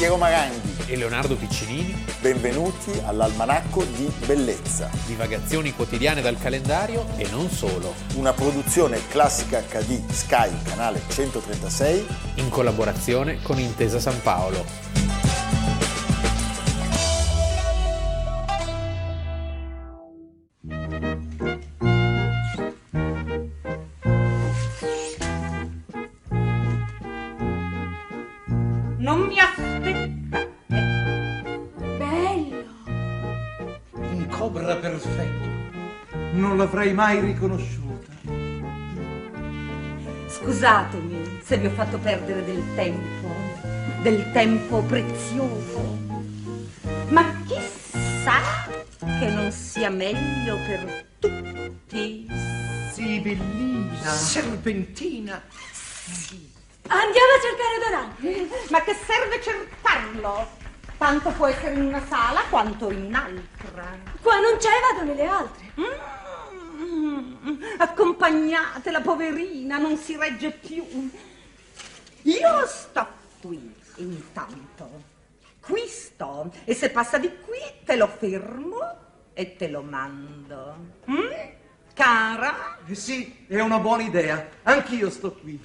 Piero Maranghi e Leonardo Piccinini. Benvenuti all'Almanacco di Bellezza. Divagazioni quotidiane dal calendario e non solo. Una produzione Classica HD Sky, canale 136. In collaborazione con Intesa San Paolo. Non mi aspetta. Bello. Un cobra perfetto. Non l'avrei mai riconosciuta. Scusatemi se vi ho fatto perdere del tempo prezioso. Ma chissà che non sia meglio per tutti. Sibillina. Serpentina. Sì. Andiamo a cercare Dorante. Ma che serve cercarlo? Tanto può essere in una sala quanto in un'altra. Qua non c'è, vado nelle altre. Accompagnate la poverina, non si regge più. Io sto qui intanto. Qui sto, e se passa di qui te lo fermo e te lo mando. Cara? Sì, è una buona idea. Anch'io sto qui.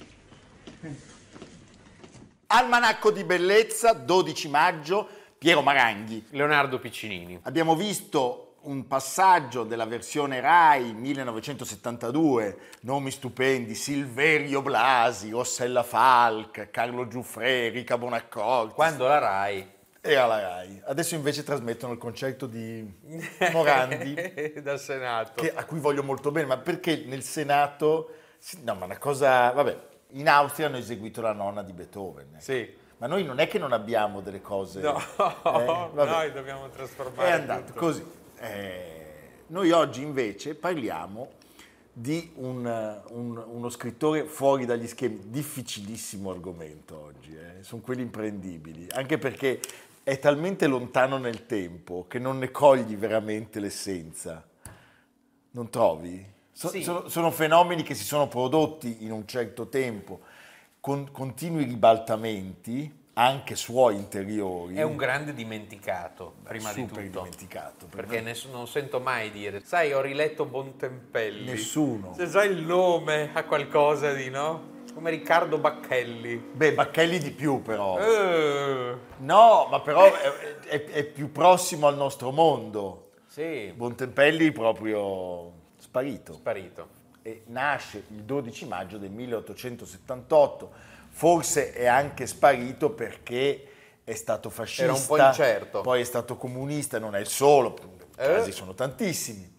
Almanacco di Bellezza, 12 maggio, Piero Maranghi. Leonardo Piccinini. Abbiamo visto un passaggio della versione Rai 1972, nomi stupendi, Silverio Blasi, Rossella Falk, Carlo Giuffre, Rica Bonaccorsi. Quando la Rai era la Rai. Adesso invece trasmettono il concerto di Morandi dal Senato, a cui voglio molto bene, ma perché nel Senato, no, ma una cosa, vabbè, in Austria hanno eseguito la nona di Beethoven. Sì. Ma noi non è che non abbiamo delle cose. No, noi dobbiamo trasformare. È andato tutto così. Noi oggi invece parliamo di uno scrittore fuori dagli schemi, difficilissimo argomento oggi, sono quelli imprendibili, anche perché è talmente lontano nel tempo che non ne cogli veramente l'essenza, non trovi? Sì. Sono fenomeni che si sono prodotti in un certo tempo, con continui ribaltamenti, anche suoi interiori. È un grande dimenticato, prima di super tutto. Dimenticato. Perché non sento mai dire, sai, ho riletto Bontempelli. Nessuno. Se sai il nome a qualcosa di, no? Come Riccardo Bacchelli. Beh, Bacchelli di più però. No, ma però è più prossimo al nostro mondo. Sì. Bontempelli proprio sparito. E nasce il 12 maggio del 1878. Forse è anche sparito perché è stato fascista. Era un po' incerto. Poi è stato comunista, non è il solo, i casi sono tantissimi.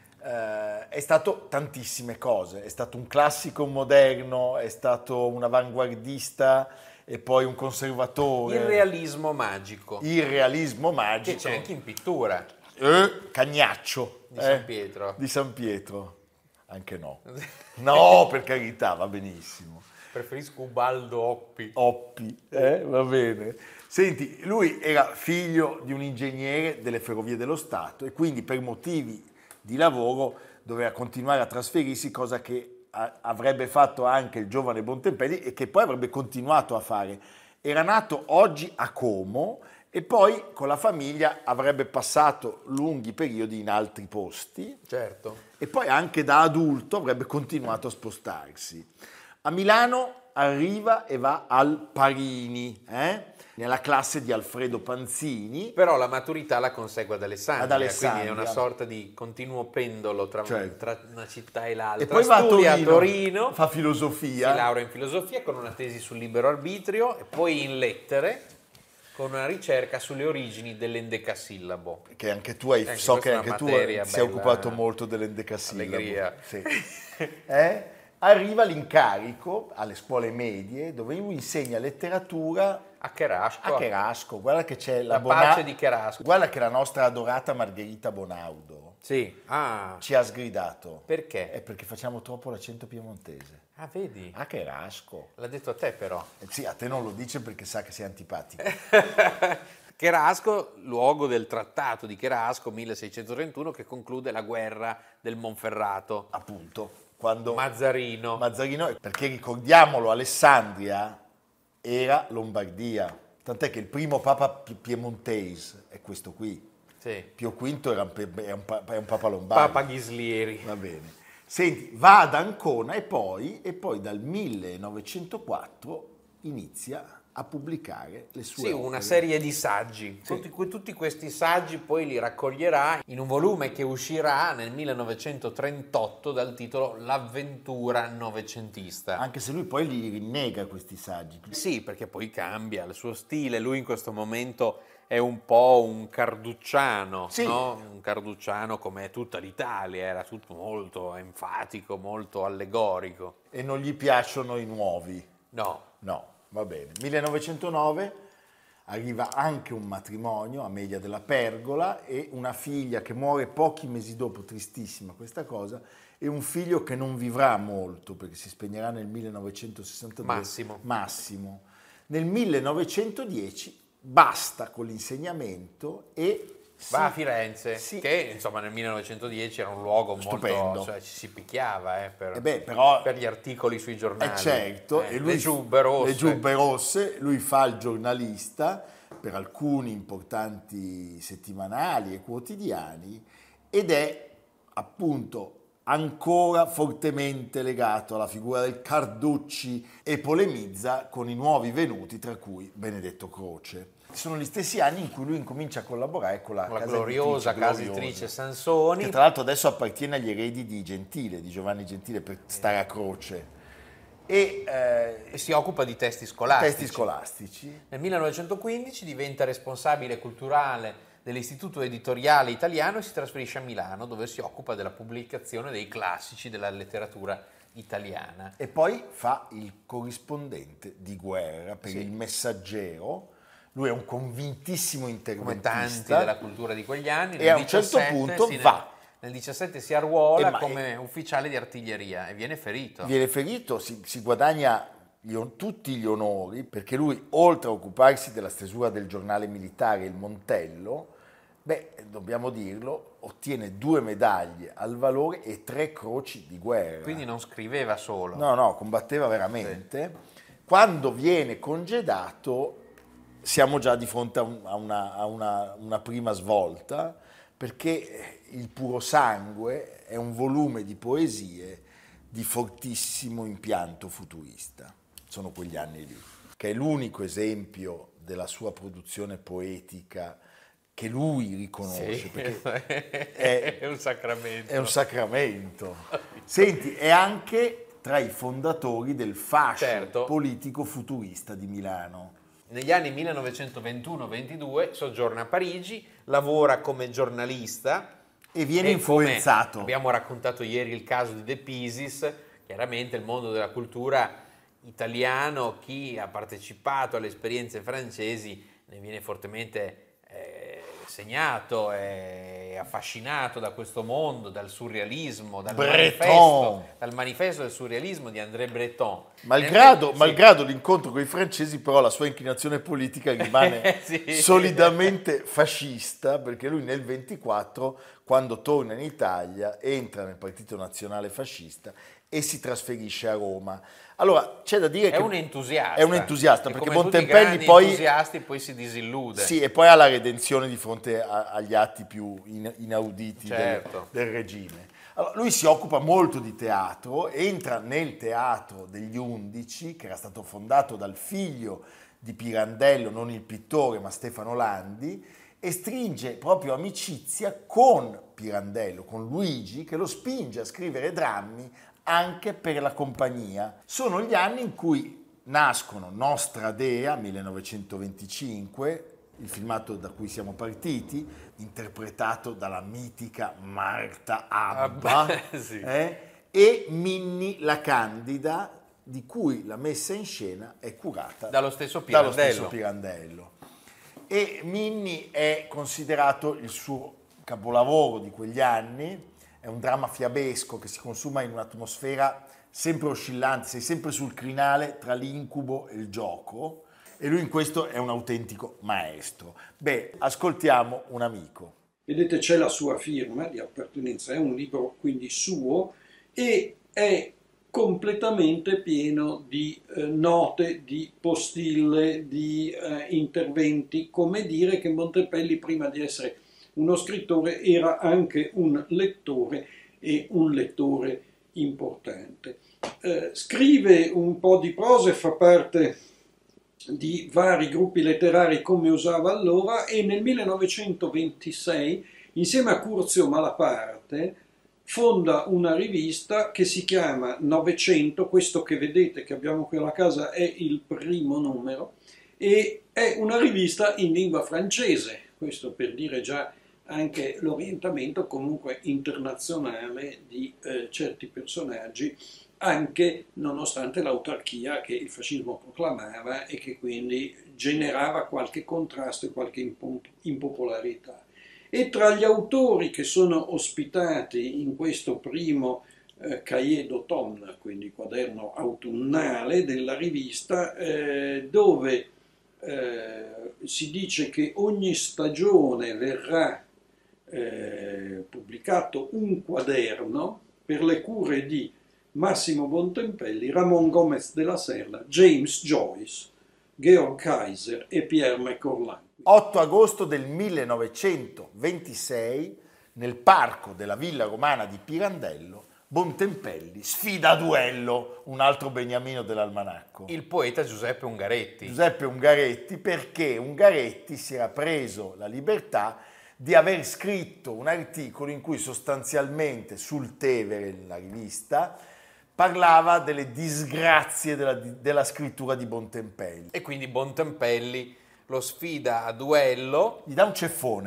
È stato tantissime cose, è stato un classico moderno, è stato un avanguardista e poi un conservatore. Il realismo magico. Che c'è anche in pittura. Cagnaccio. Di San Pietro. Di San Pietro. Anche no. No, per carità, va benissimo. Preferisco Ubaldo Oppi. Va bene. Senti, lui era figlio di un ingegnere delle Ferrovie dello Stato e quindi per motivi di lavoro doveva continuare a trasferirsi, cosa che avrebbe fatto anche il giovane Bontempelli e che poi avrebbe continuato a fare. Era nato oggi a Como e poi con la famiglia avrebbe passato lunghi periodi in altri posti. Certo. E poi anche da adulto avrebbe continuato a spostarsi. A Milano arriva e va al Parini, nella classe di Alfredo Panzini. Però la maturità la consegue ad Alessandria. Quindi è una Certo. sorta di continuo pendolo tra una città e l'altra. E poi va a Torino, fa filosofia. Si laurea in filosofia con una tesi sul libero arbitrio e poi in lettere con una ricerca sulle origini dell'endecasillabo. Che anche tu hai, so che anche tu sei occupato molto dell'endecasillabo. Allegria. Sì. Arriva l'incarico alle scuole medie dove lui insegna letteratura a Cherasco. Guarda che c'è la pace di Cherasco. Guarda che la nostra adorata Margherita Bonaudo ci ha sgridato. Perché? È perché facciamo troppo l'accento piemontese. Ah, vedi? A Cherasco. L'ha detto a te però. Sì, a te non lo dice perché sa che sei antipatico. Cherasco, luogo del trattato di Cherasco 1631 che conclude la guerra del Monferrato. Appunto. Quando Mazzarino, perché ricordiamolo, Alessandria era Lombardia. Tant'è che il primo papa piemontese è questo qui. Sì. Pio V è un papa lombardo. Papa Ghislieri. Va bene. Senti, va ad Ancona e poi dal 1904 inizia a pubblicare le sue Sì, opere. una serie di saggi. Sì. Tutti questi saggi poi li raccoglierà in un volume che uscirà nel 1938 dal titolo L'avventura novecentista. Anche se lui poi li rinnega questi saggi. Sì, perché poi cambia il suo stile. Lui in questo momento è un po' un carducciano, Sì. no? Un carducciano come tutta l'Italia, era tutto molto enfatico, molto allegorico. E non gli piacciono i nuovi. No, No, va bene. 1909 arriva anche un matrimonio, Amelia della Pergola, e una figlia che muore pochi mesi dopo, tristissima questa cosa, e un figlio che non vivrà molto perché si spegnerà nel 1962. Massimo. Nel 1910 basta con l'insegnamento e va a Firenze, sì. che insomma nel 1910 era un luogo Stupendo. molto, cioè ci si picchiava per però, gli articoli sui giornali. certo, e lui, le giubbe rosse. Le giubbe rosse, lui fa il giornalista per alcuni importanti settimanali e quotidiani ed è appunto ancora fortemente legato alla figura del Carducci e polemizza con i nuovi venuti, tra cui Benedetto Croce. Sono gli stessi anni in cui lui incomincia a collaborare con la gloriosa casa editrice Sansoni, che tra l'altro adesso appartiene agli eredi di Gentile, di Giovanni Gentile, per stare a croce. E si occupa di testi scolastici. Nel 1915 diventa responsabile culturale dell'Istituto Editoriale Italiano e si trasferisce a Milano, dove si occupa della pubblicazione dei classici della letteratura italiana. E poi fa il corrispondente di guerra per il Messaggero. Lui è un convintissimo interventista. Come tanti della cultura di quegli anni. E a un certo punto va. Nel 17 si arruola come ufficiale di artiglieria e viene ferito. Si guadagna tutti gli onori, perché lui, oltre a occuparsi della stesura del giornale militare Il Montello, dobbiamo dirlo, ottiene 2 medaglie al valore e 3 croci di guerra. Quindi non scriveva solo. No, combatteva veramente. Sì. Quando viene congedato siamo già di fronte a una prima svolta, perché Il Puro Sangue è un volume di poesie di fortissimo impianto futurista. Sono quegli anni lì, che è l'unico esempio della sua produzione poetica che lui riconosce. Sì, perché è un sacramento. È un sacramento. Senti, è anche tra i fondatori del fascio politico futurista di Milano. Negli anni 1921-22 soggiorna a Parigi, lavora come giornalista e viene influenzato. Abbiamo raccontato ieri il caso di De Pisis, chiaramente il mondo della cultura italiano, chi ha partecipato alle esperienze francesi ne viene fortemente segnato e affascinato da questo mondo, dal surrealismo, dal manifesto del surrealismo di André Breton. Malgrado l'incontro con i francesi, però la sua inclinazione politica rimane solidamente fascista, perché lui nel 24, quando torna in Italia, entra nel Partito Nazionale Fascista e si trasferisce a Roma. Allora, c'è da dire che è un entusiasta e perché come Montempelli tutti i entusiasti poi si disillude. Sì, e poi ha la redenzione di fronte agli atti più inauditi del regime. Allora, lui si occupa molto di teatro, entra nel Teatro degli Undici, che era stato fondato dal figlio di Pirandello, non il pittore, ma Stefano Landi, e stringe proprio amicizia con Pirandello, con Luigi, che lo spinge a scrivere drammi anche per la compagnia. Sono gli anni in cui nascono Nostra Dea, 1925, il filmato da cui siamo partiti, interpretato dalla mitica Marta Abba, e Minni la Candida, di cui la messa in scena è curata dallo stesso Pirandello. E Minni è considerato il suo capolavoro di quegli anni. È un dramma fiabesco che si consuma in un'atmosfera sempre oscillante, sei sempre sul crinale tra l'incubo e il gioco, e lui in questo è un autentico maestro. Ascoltiamo un amico. Vedete, c'è la sua firma di appartenenza, è un libro quindi suo e è completamente pieno di note, di postille, di interventi, come dire che Montempelli, prima di essere uno scrittore, era anche un lettore, e un lettore importante. Scrive un po' di prosa e fa parte di vari gruppi letterari come usava allora, e nel 1926, insieme a Curzio Malaparte, fonda una rivista che si chiama Novecento. Questo che vedete, che abbiamo qui alla casa, è il primo numero, e è una rivista in lingua francese, questo per dire già anche l'orientamento comunque internazionale di certi personaggi, anche nonostante l'autarchia che il fascismo proclamava e che quindi generava qualche contrasto e qualche impopolarità. E tra gli autori che sono ospitati in questo primo cahier d'automne, quindi quaderno autunnale della rivista, dove si dice che ogni stagione verrà pubblicato un quaderno per le cure di Massimo Bontempelli, Ramon Gomez de la Serna, James Joyce, Georg Kaiser e Pierre Mecorlan. 8 agosto del 1926, nel parco della Villa Romana di Pirandello, Bontempelli sfida a duello un altro beniamino dell'almanacco. Il poeta Giuseppe Ungaretti. Giuseppe Ungaretti, perché Ungaretti si era preso la libertà di aver scritto un articolo in cui sostanzialmente sul Tevere, la rivista, parlava delle disgrazie della scrittura di Bontempelli. E quindi Bontempelli lo sfida a duello. Gli dà un ceffone.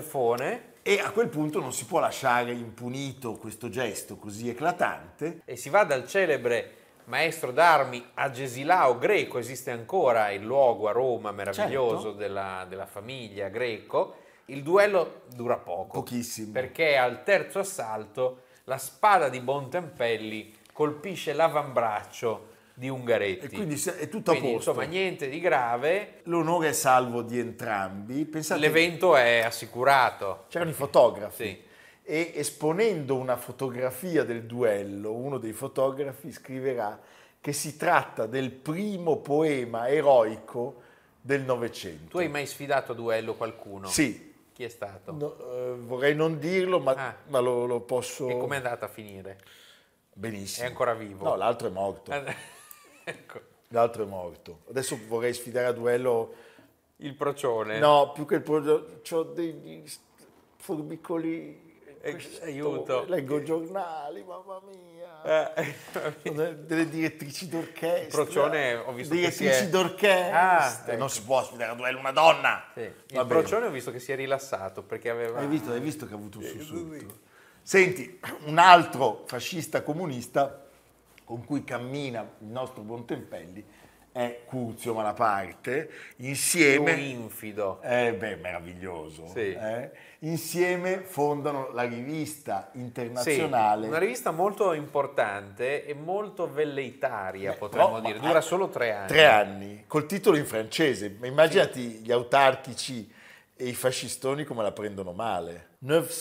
E a quel punto non si può lasciare impunito questo gesto così eclatante. E si va dal celebre maestro d'armi Agesilao Greco, esiste ancora il luogo a Roma meraviglioso, certo, della famiglia Greco. Il duello dura poco. Pochissimo. Perché al terzo assalto la spada di Bontempelli colpisce l'avambraccio di Ungaretti. E quindi è tutto a posto. Insomma, niente di grave. L'onore è salvo di entrambi. Pensate, l'evento è assicurato. C'erano i fotografi. Sì. E esponendo una fotografia del duello, uno dei fotografi scriverà che si tratta del primo poema eroico del Novecento. Tu hai mai sfidato a duello qualcuno? Sì. Chi è stato? No, vorrei non dirlo, ma lo posso... E com'è andata a finire? Benissimo. È ancora vivo? No, l'altro è morto. Ecco. L'altro è morto. Adesso vorrei sfidare a duello... Il procione? No, più che il procione, c'ho degli forbicoli... Aiuto. Leggo giornali, mamma mia. Delle direttrici d'orchestra. Il procione ho visto direttrici d'orchestra. ecco. Non si può sfidare a duello una donna. Sì. Il procione ho visto che si è rilassato perché aveva... Hai visto che ha avuto un sussulto. Senti, un altro fascista comunista con cui cammina il nostro Bontempelli è Curzio Malaparte, insieme... Un infido. Meraviglioso. Sì. Insieme fondano la rivista internazionale. Sì, una rivista molto importante e molto velleitaria, potremmo dire. Dura solo 3 anni. 3 anni, col titolo in francese. Ma immaginati gli autarchici e i fascistoni come la prendono male.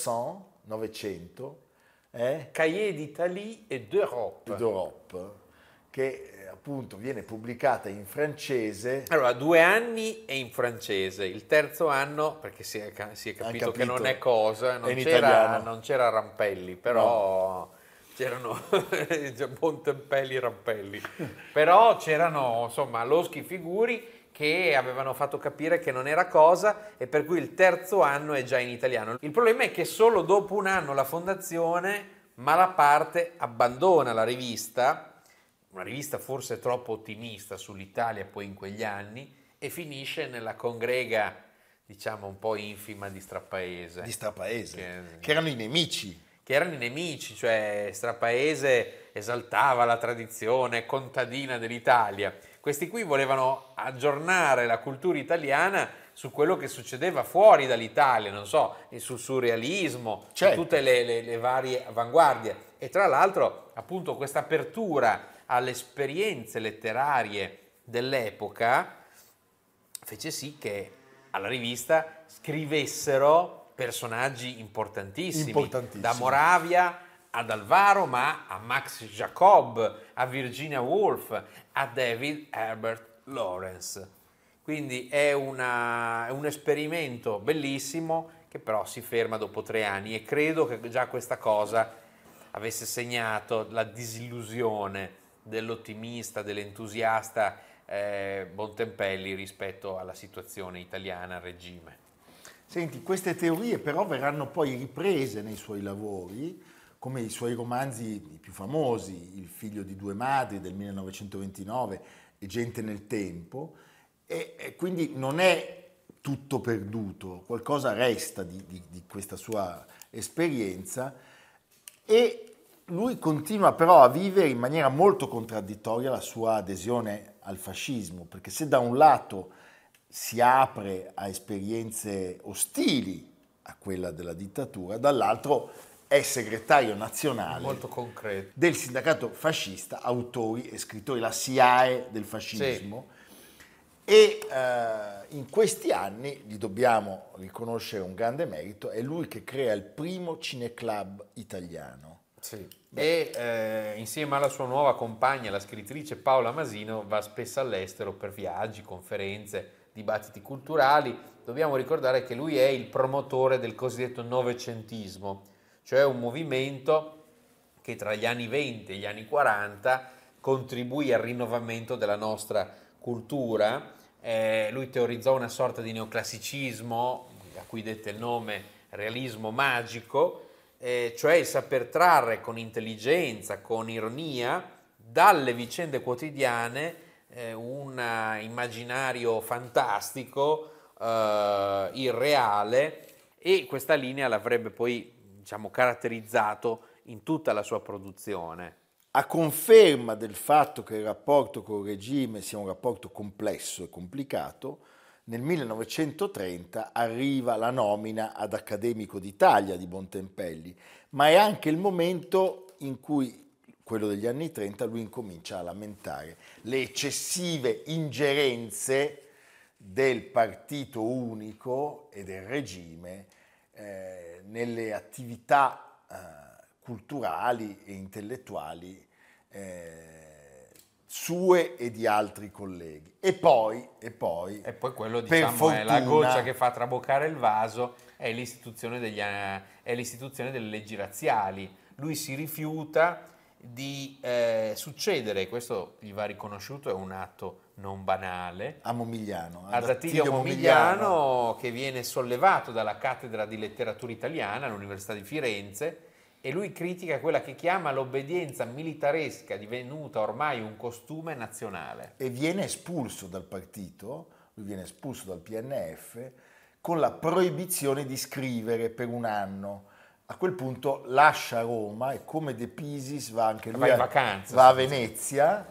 900, Cahiers d'Italie et d'Europe. Che appunto viene pubblicata in francese. Allora, 2 anni è in francese, il terzo anno, perché si è capito che non è cosa, non c'era Rampelli, però c'erano Bontempelli e Rampelli, però c'erano insomma loschi figuri che avevano fatto capire che non era cosa, e per cui il terzo anno è già in italiano. Il problema è che solo dopo un anno la fondazione Malaparte abbandona la rivista, una rivista forse troppo ottimista sull'Italia poi in quegli anni, e finisce nella congrega, diciamo, un po' infima di Strapaese. Che erano i nemici. Cioè Strapaese esaltava la tradizione contadina dell'Italia. Questi qui volevano aggiornare la cultura italiana su quello che succedeva fuori dall'Italia, non so, sul surrealismo, certo, su tutte le varie avanguardie. E tra l'altro, appunto, questa apertura alle esperienze letterarie dell'epoca fece sì che alla rivista scrivessero personaggi importantissimi. Da Moravia ad Alvaro, ma a Max Jacob, a Virginia Woolf, a David Herbert Lawrence. Quindi è un esperimento bellissimo che però si ferma dopo 3 anni, e credo che già questa cosa avesse segnato la disillusione dell'ottimista, dell'entusiasta Bontempelli rispetto alla situazione italiana, al regime. Senti, queste teorie però verranno poi riprese nei suoi lavori, come i suoi romanzi più famosi, Il figlio di due madri del 1929 e Gente nel tempo, e quindi non è tutto perduto, qualcosa resta di questa sua esperienza, e lui continua però a vivere in maniera molto contraddittoria la sua adesione al fascismo, perché se da un lato si apre a esperienze ostili a quella della dittatura, dall'altro è segretario nazionale Molto concreto del sindacato fascista, autori e scrittori, la SIAE del fascismo. Sì. E in questi anni gli dobbiamo riconoscere un grande merito, è lui che crea il primo cineclub italiano. Sì. E insieme alla sua nuova compagna, la scrittrice Paola Masino, va spesso all'estero per viaggi, conferenze, dibattiti culturali. Dobbiamo ricordare che lui è il promotore del cosiddetto novecentismo, cioè un movimento che tra gli anni 20 e gli anni 40 contribuì al rinnovamento della nostra cultura. Lui teorizzò una sorta di neoclassicismo, a cui dette il nome realismo magico, cioè il saper trarre con intelligenza, con ironia, dalle vicende quotidiane un immaginario fantastico, irreale, e questa linea l'avrebbe poi, diciamo, caratterizzato in tutta la sua produzione. A conferma del fatto che il rapporto col regime sia un rapporto complesso e complicato, nel 1930 arriva la nomina ad accademico d'Italia di Bontempelli, ma è anche il momento in cui, quello degli anni 30, lui incomincia a lamentare le eccessive ingerenze del partito unico e del regime nelle attività culturali e intellettuali sue e di altri colleghi. E poi quello, diciamo, fortuna, è la goccia che fa traboccare il vaso, è l'istituzione delle leggi razziali. Lui si rifiuta di succedere, questo gli va riconosciuto, è un atto non banale, a Momigliano, ad Attilio Momigliano, che viene sollevato dalla cattedra di letteratura italiana all'Università di Firenze, e lui critica quella che chiama l'obbedienza militaresca, divenuta ormai un costume nazionale. E viene espulso dal partito, lui viene espulso dal PNF con la proibizione di scrivere per un anno. A quel punto lascia Roma e, come De Pisis, va anche lui va a Venezia,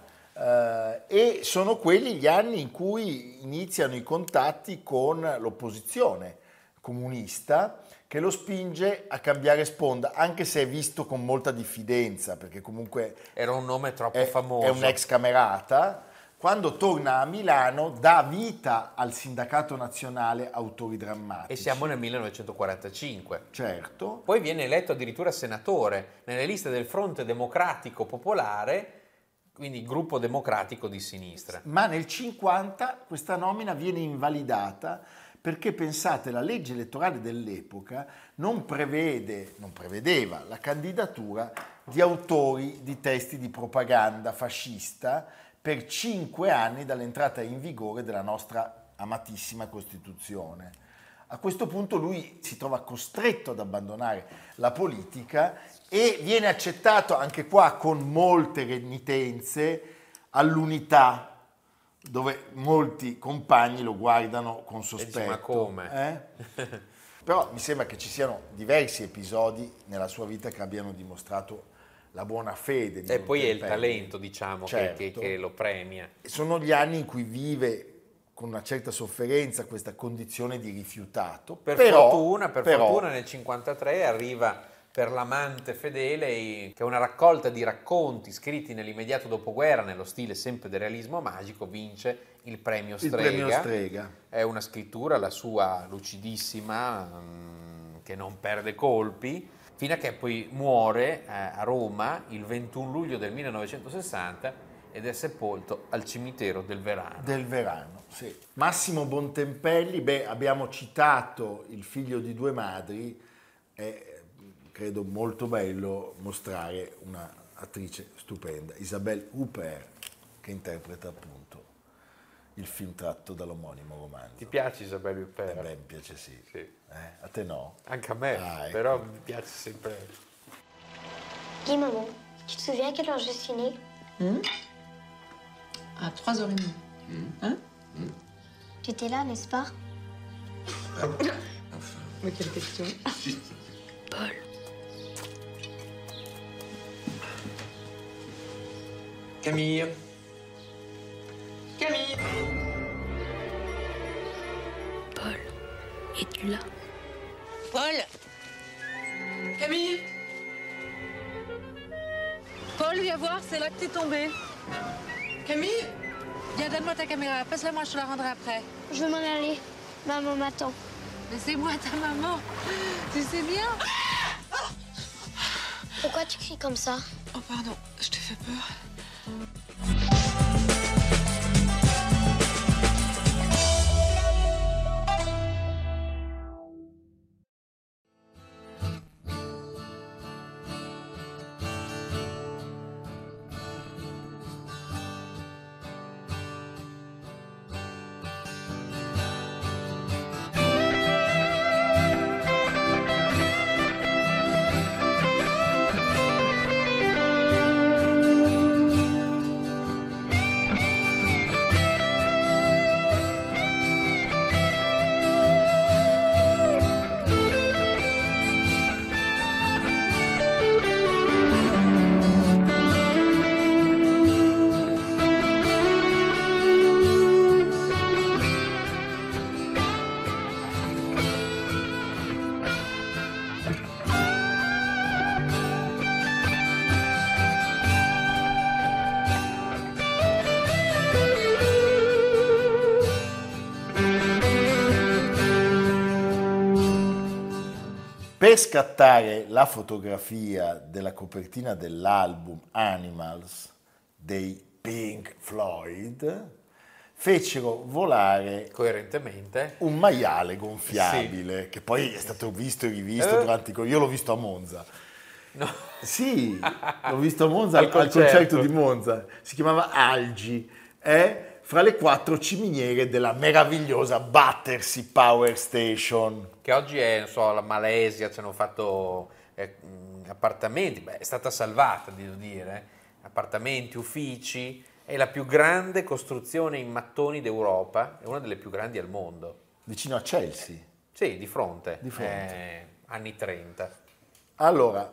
e sono quelli gli anni in cui iniziano i contatti con l'opposizione comunista, che lo spinge a cambiare sponda, anche se è visto con molta diffidenza, perché comunque era un nome troppo famoso. È un ex camerata. Quando torna a Milano dà vita al Sindacato Nazionale Autori Drammatici. E siamo nel 1945. Certo. Poi viene eletto addirittura senatore nelle liste del Fronte Democratico Popolare, quindi gruppo democratico di sinistra. Ma nel 50 questa nomina viene invalidata perché, pensate, la legge elettorale dell'epoca non prevedeva la candidatura di autori di testi di propaganda fascista per 5 anni dall'entrata in vigore della nostra amatissima Costituzione. A questo punto lui si trova costretto ad abbandonare la politica e viene accettato anche qua con molte renitenze all'Unità, dove molti compagni lo guardano con sospetto. Ma come? Però mi sembra che ci siano diversi episodi nella sua vita che abbiano dimostrato la buona fede di E poi è il Bontempelli. Talento, diciamo, Certo. che lo premia. Sono gli anni in cui vive con una certa sofferenza questa condizione di rifiutato. Per fortuna nel 1953 arriva Per l'amante fedele, che è una raccolta di racconti scritti nell'immediato dopoguerra, nello stile sempre del realismo magico, vince il premio Strega. Il premio Strega. È una scrittura, la sua, lucidissima, che non perde colpi, fino a che poi muore a Roma il 21 luglio del 1960 ed è sepolto al cimitero del Verano. Del Verano, sì. Massimo Bontempelli, abbiamo citato Il figlio di due madri, è credo molto bello mostrare una attrice stupenda, Isabelle Huppert, che interpreta appunto il film tratto dall'omonimo romanzo. Ti piace Isabelle Huppert? Mi piace sì. Sì. A te no? Anche a me, Ecco. però mi piace sempre. Dis maman, tu te souviens à quelle heure je suis née? À 3h30. Hein? Tu étais là, n'est-ce pas? Mais quelle question? Paul. Camille. Paul, es-tu là? Paul! Camille! Paul, viens voir, c'est là que t'es tombé. Camille? Viens, donne-moi ta caméra. Passe-la moi, je te la rendrai après. Je veux m'en aller. Maman m'attend. Mais c'est moi ta maman. Tu sais bien? Pourquoi tu cries comme ça? Oh, pardon, je t'ai fait peur. Per scattare la fotografia della copertina dell'album Animals dei Pink Floyd, fecero volare Coerentemente. un maiale gonfiabile, che poi è stato visto e rivisto durante io l'ho visto a Monza. No. Sì, l'ho visto a Monza al concerto. concerto di Monza. Si chiamava Algi, è fra le 4 ciminiere della meravigliosa Battersea Power Station. Che oggi è, non so, la Malesia, ci hanno fatto appartamenti, è stata salvata, devo dire, appartamenti, uffici, è la più grande costruzione in mattoni d'Europa, è una delle più grandi al mondo. Vicino a Chelsea. Sì, di fronte. Di fronte. Anni 30. Allora,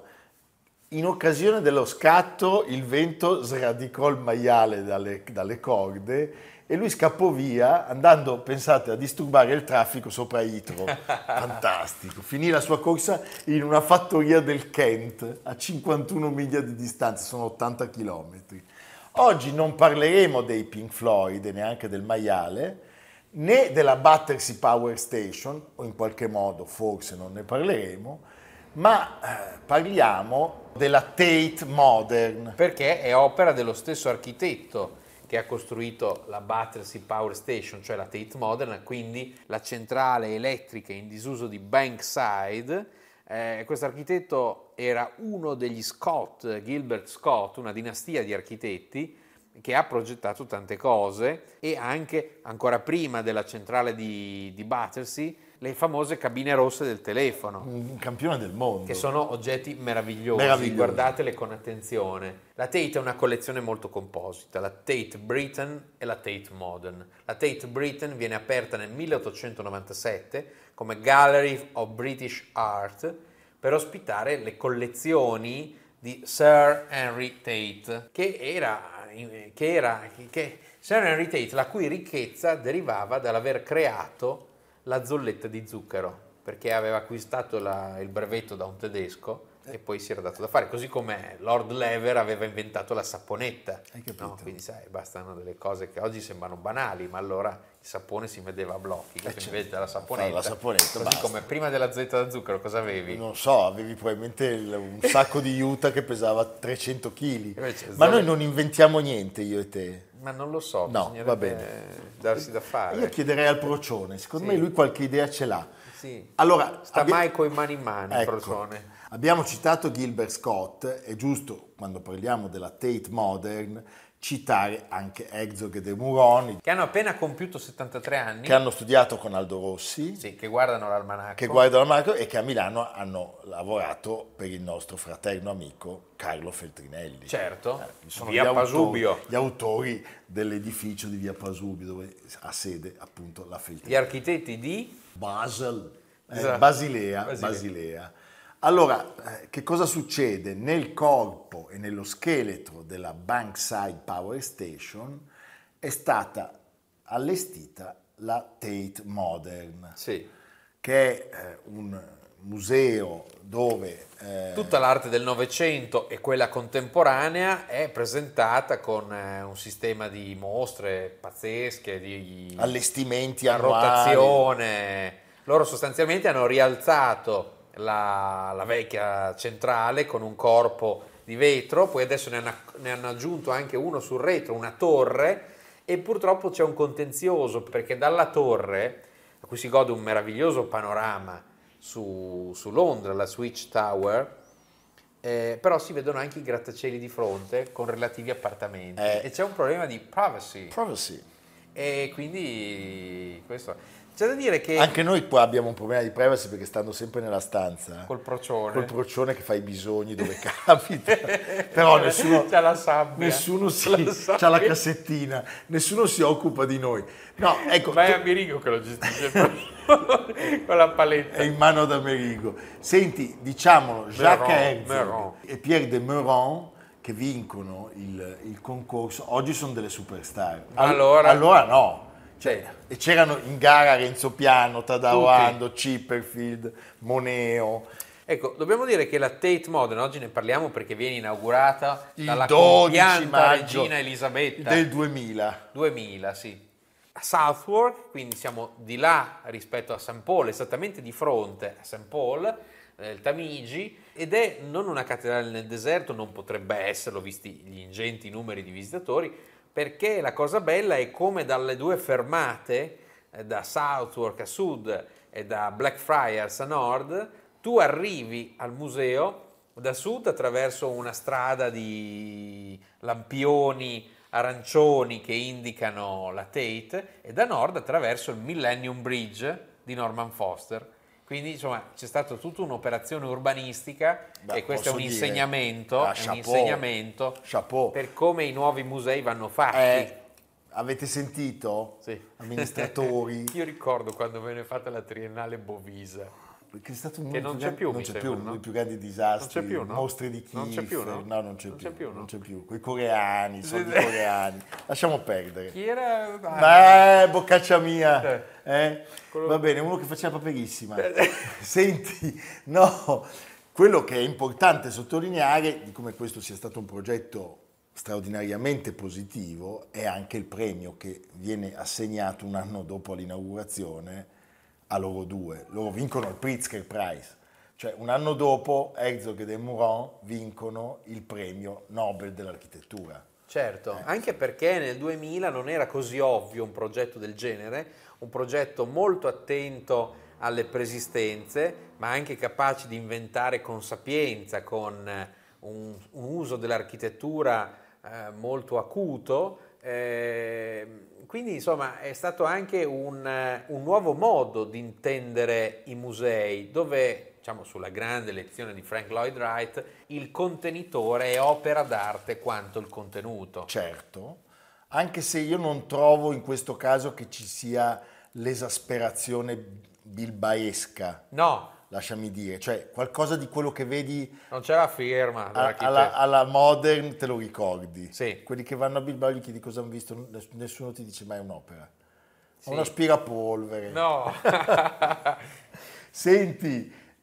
in occasione dello scatto il vento sradicò il maiale dalle corde e lui scappò via andando, pensate, a disturbare il traffico sopra Heathrow. Fantastico. Finì la sua corsa in una fattoria del Kent a 51 miglia di distanza, sono 80 chilometri. Oggi non parleremo dei Pink Floyd e neanche del maiale, né della Battersea Power Station, o in qualche modo forse non ne parleremo, ma parliamo della Tate Modern. Perché è opera dello stesso architetto che ha costruito la Battersea Power Station, cioè la Tate Modern, quindi la centrale elettrica in disuso di Bankside. Questo architetto era uno degli Scott, Gilbert Scott, una dinastia di architetti che ha progettato tante cose, e anche, ancora prima della centrale di Battersea, le famose cabine rosse del telefono. Un campione del mondo. Che sono oggetti meravigliosi, guardatele con attenzione. La Tate è una collezione molto composita, la Tate Britain e la Tate Modern. La Tate Britain viene aperta nel 1897 come Gallery of British Art per ospitare le collezioni di Sir Henry Tate, Sir Henry Tate, la cui ricchezza derivava dall'aver creato la zolletta di zucchero, perché aveva acquistato il brevetto da un tedesco e poi si era dato da fare, così come Lord Lever aveva inventato la saponetta. Hai capito? No? Quindi sai, bastano delle cose che oggi sembrano banali, ma allora il sapone si vedeva a blocchi, questo invece della saponetta. La saponetta, così basta. come prima della zucchero da zucchero cosa avevi? Non so, avevi probabilmente un sacco di juta che pesava 300 kg. Invece Ma noi non inventiamo niente, io e te. Ma non lo so, No, bisognerebbe va bene. darsi da fare. Io chiederei al Procione, secondo Sì. me lui qualche idea ce l'ha. Sì. Allora, Sta mai coi mani in mano, il ecco, Procione. abbiamo citato Gilbert Scott, è giusto quando parliamo della Tate Modern citare anche Herzog e de Meuron, Che hanno appena compiuto 73 anni, che hanno studiato con Aldo Rossi, sì, che guardano l'almanacco. che guardano la Marco e che a Milano hanno lavorato per il nostro fraterno amico Carlo Feltrinelli. Certo, Sono via Pasubio. gli autori dell'edificio di via Pasubio dove ha sede appunto la Feltrinelli. Gli architetti di... Esatto. Basilea. Allora, che cosa succede? Nel corpo e nello scheletro della Bankside Power Station è stata allestita la Tate Modern, Sì. che è un museo dove Tutta l'arte del Novecento e quella contemporanea è presentata con un sistema di mostre pazzesche, di allestimenti la annuali. rotazione. Loro sostanzialmente hanno rialzato la vecchia centrale con un corpo di vetro, poi adesso ne hanno aggiunto anche uno sul retro, una torre, e purtroppo c'è un contenzioso perché dalla torre, a cui si gode un meraviglioso panorama su Londra, la Switch Tower, però si vedono anche i grattacieli di fronte con relativi appartamenti e c'è un problema di privacy. E quindi questo c'è da dire che Anche noi qua abbiamo un problema di privacy perché stando sempre nella stanza col Procione col Procione che fa i bisogni dove capita, però nessuno c'ha la sabbia, c'ha la cassettina, nessuno si occupa di noi. No, ecco, ma è Amerigo che lo gestisce con la paletta. è in mano ad Amerigo. Senti, diciamolo, Jacques Meuron. Herzog e Pierre de Meuron che vincono il concorso, oggi sono delle superstar. Allora no. E c'erano in gara Renzo Piano, Tadao Ando, Chipperfield, Moneo. Ecco, dobbiamo dire che la Tate Modern, oggi ne parliamo perché viene inaugurata Il dalla 12 compianta maggio regina Elisabetta del 2000. 2000, sì. A Southwark, quindi siamo di là rispetto a St. Paul, esattamente di fronte a St. Paul, nel Tamigi, ed è non una cattedrale nel deserto, non potrebbe esserlo visti gli ingenti numeri di visitatori, perché la cosa bella è come dalle due fermate, da Southwark a sud e da Blackfriars a nord, tu arrivi al museo da sud attraverso una strada di lampioni arancioni che indicano la Tate e da nord attraverso il Millennium Bridge di Norman Foster. Quindi insomma c'è stata tutta un'operazione urbanistica e questo è un insegnamento, chapeau. per come i nuovi musei vanno fatti. Avete sentito? Sì. Amministratori? Io ricordo quando venne fatta la Triennale Bovisa. Che è stato Che non c'è più, non mi c'è sembra, più, uno no? dei più grandi disastri, Non c'è più, no? mostri di Kiev. Non c'è più, no? No, non c'è Non più, c'è più, no? non c'è più. Quei coreani, soldi coreani. Lasciamo perdere. Chi era? Boccaccia mia. Va bene, uno che faceva paperissima. Senti, no, quello che è importante sottolineare di come questo sia stato un progetto straordinariamente positivo è anche il premio che viene assegnato un anno dopo l'inaugurazione a loro due. Loro vincono il Pritzker Prize, cioè un anno dopo Herzog e de Meuron vincono il premio Nobel dell'architettura. Certo, anche perché nel 2000 non era così ovvio un progetto del genere, un progetto molto attento alle preesistenze, ma anche capace di inventare con sapienza, con un uso dell'architettura molto acuto. Quindi insomma è stato anche un nuovo modo di intendere i musei, dove diciamo sulla grande lezione di Frank Lloyd Wright il contenitore è opera d'arte quanto il contenuto. Certo, anche se io non trovo in questo caso che ci sia l'esasperazione bilbaesca. No. Lasciami dire, cioè qualcosa di quello che vedi non c'è la firma alla Modern, te lo ricordi? Sì. Quelli che vanno a Bilbao gli chiedi cosa hanno visto, nessuno ti dice mai è un'opera. Sì. Un aspirapolvere. No. Senti,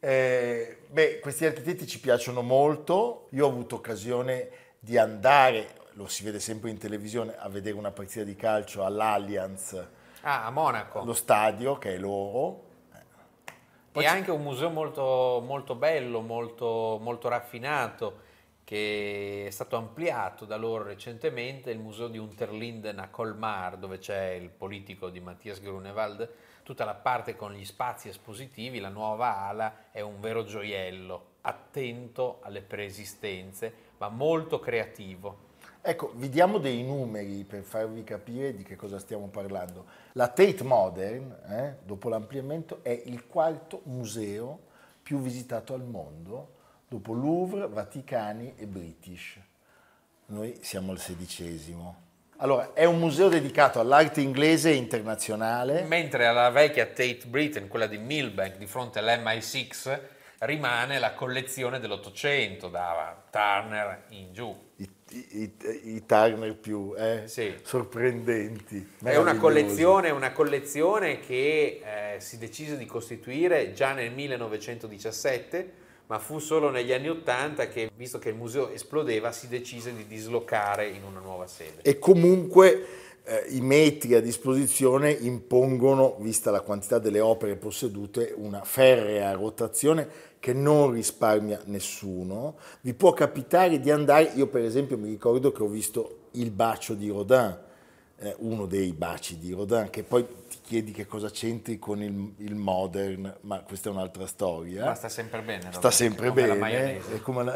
Questi architetti ci piacciono molto. Io ho avuto occasione di andare, lo si vede sempre in televisione, a vedere una partita di calcio all'Allianz, a Monaco. lo stadio che è loro. E anche un museo molto, molto bello, molto, molto raffinato, che è stato ampliato da loro recentemente, il museo di Unterlinden a Colmar, dove c'è il politico di Matthias Grunewald. Tutta la parte con gli spazi espositivi, la nuova ala, è un vero gioiello, attento alle preesistenze, ma molto creativo. Ecco, vi diamo dei numeri per farvi capire di che cosa stiamo parlando. La Tate Modern, dopo l'ampliamento, è il 4º museo più visitato al mondo, dopo Louvre, Vaticani e British. Noi siamo al 16°. Allora, è un museo dedicato all'arte inglese e internazionale. Mentre alla vecchia Tate Britain, quella di Millbank, di fronte all'MI6, rimane la collezione dell'800, da Turner in giù. I Turner più Sì. sorprendenti. È una collezione che si decise di costituire già nel 1917, ma fu solo negli anni '80 che, visto che il museo esplodeva, si decise di dislocare in una nuova sede. E comunque i metri a disposizione impongono, vista la quantità delle opere possedute, una ferrea rotazione che non risparmia nessuno. Vi può capitare di andare, io per esempio mi ricordo che ho visto Il bacio di Rodin, uno dei baci di Rodin, che poi ti chiedi che cosa c'entri con il modern, ma questa è un'altra storia. Ma sta sempre bene. Sta sempre come bene. La maionese. È come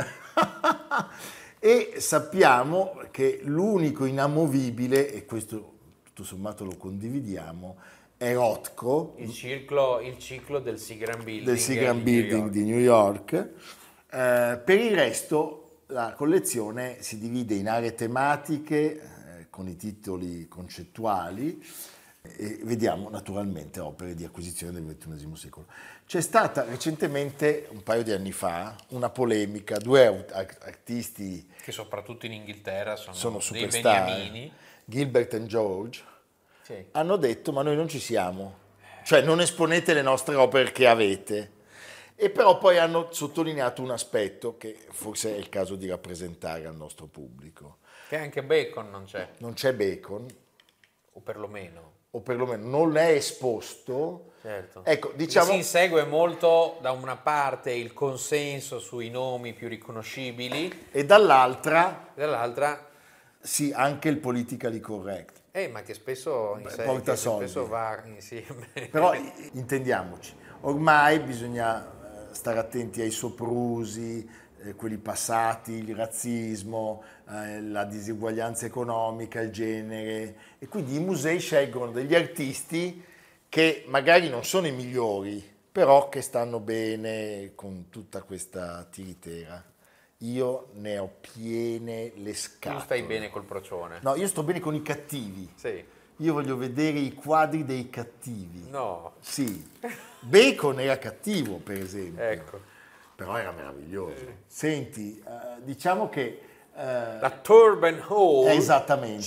E sappiamo che l'unico inamovibile, e questo tutto sommato lo condividiamo, è Rothko, Il ciclo del Seagram Building di New York. Per il resto la collezione si divide in aree tematiche con i titoli concettuali e vediamo naturalmente opere di acquisizione del XXI secolo. C'è stata recentemente, un paio di anni fa, una polemica, due artisti che soprattutto in Inghilterra sono dei superstar, beniamini, Gilbert e George, sì. Hanno detto ma noi non ci siamo, cioè non esponete le nostre opere che avete, e però poi hanno sottolineato un aspetto che forse è il caso di rappresentare al nostro pubblico. Che anche Bacon non c'è. Non c'è Bacon, O perlomeno non è esposto. certo. Ecco, diciamo, si insegue molto da una parte il consenso sui nomi più riconoscibili e dall'altra sì, anche il politically correct. Ma che spesso porta soldi. spesso va insieme. Però intendiamoci, ormai bisogna stare attenti ai soprusi, quelli passati, il razzismo, la diseguaglianza economica, il genere, e quindi i musei scelgono degli artisti che magari non sono i migliori, però che stanno bene con tutta questa tiritera. Io ne ho piene le scatole. Tu stai bene col procione. No, io sto bene con i cattivi. Sì. Io voglio vedere i quadri dei cattivi. No. Sì. Bacon era cattivo, per esempio. Ecco. Però era meraviglioso. Senti, diciamo che... la Turban Hall, esattamente.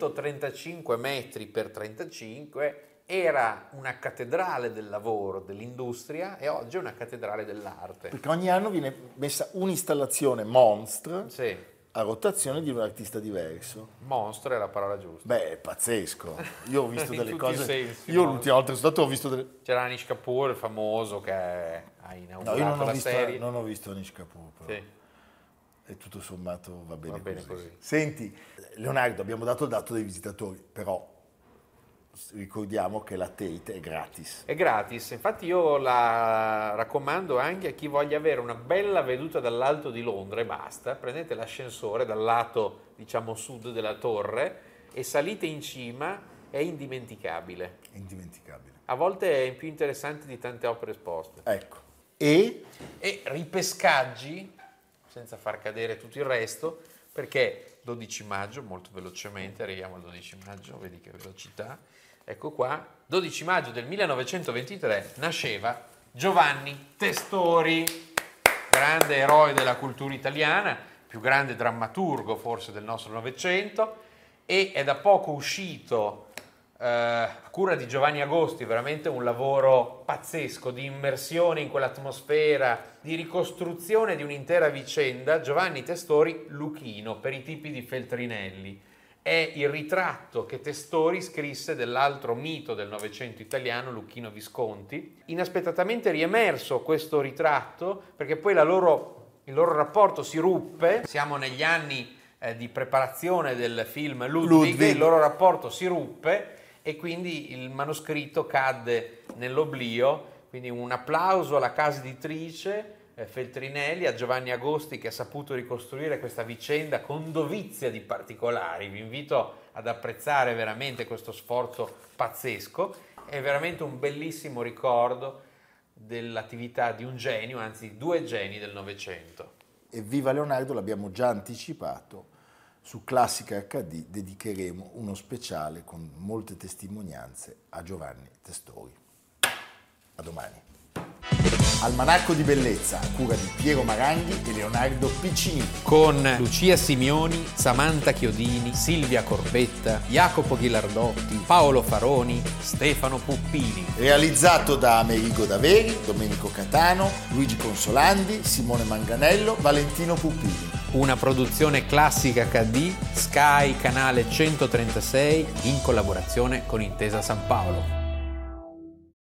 135 metri per 35, era una cattedrale del lavoro, dell'industria, e oggi è una cattedrale dell'arte. Perché ogni anno viene messa un'installazione monstre Sì. a rotazione di un artista diverso. Mostro è la parola giusta. Beh, è pazzesco. Io ho visto In delle tutti cose... i sensi, Io no? l'ultima volta che sono stato ho visto delle... C'era Anish Kapoor, il famoso, che ha No, inaugurato io la non ho visto Anish Kapoor, però. Sì. E tutto sommato va bene, bene così. così. Senti, Leonardo, abbiamo dato il dato dei visitatori, però ricordiamo che la Tate è gratis. È gratis, infatti io la raccomando anche a chi voglia avere una bella veduta dall'alto di Londra e basta, prendete l'ascensore dal lato, diciamo, sud della torre e salite in cima, è indimenticabile. È indimenticabile. A volte è più interessante di tante opere esposte. Ecco. E Ripescaggi, senza far cadere tutto il resto, perché 12 maggio, molto velocemente, arriviamo al 12 maggio, vedi che velocità, ecco qua, 12 maggio del 1923 nasceva Giovanni Testori, grande eroe della cultura italiana, più grande drammaturgo forse del nostro Novecento, e è da poco uscito a cura di Giovanni Agosti, veramente un lavoro pazzesco di immersione in quell'atmosfera, di ricostruzione di un'intera vicenda. Giovanni Testori, Luchino, per i tipi di Feltrinelli. È il ritratto che Testori scrisse dell'altro mito del Novecento italiano, Luchino Visconti. Inaspettatamente riemerso questo ritratto, perché poi il loro rapporto si ruppe. Siamo negli anni di preparazione del film Ludwig, il loro rapporto si ruppe e quindi il manoscritto cadde nell'oblio. Quindi un applauso alla casa editrice Feltrinelli, a Giovanni Agosti, che ha saputo ricostruire questa vicenda con dovizia di particolari. Vi invito ad apprezzare veramente questo sforzo pazzesco. È veramente un bellissimo ricordo dell'attività di un genio, anzi 2 geni del Novecento. E Viva Leonardo, l'abbiamo già anticipato, su Classica HD dedicheremo uno speciale con molte testimonianze a Giovanni Testori. A domani. Almanacco di bellezza a cura di Piero Maranghi e Leonardo Piccini. Con Lucia Simioni, Samantha Chiodini, Silvia Corbetta, Jacopo Ghilardotti, Paolo Faroni, Stefano Puppini. Realizzato da Amerigo Daveri, Domenico Catano, Luigi Consolandi, Simone Manganello, Valentino Puppini. Una produzione Classica HD, Sky, canale 136, in collaborazione con Intesa San Paolo.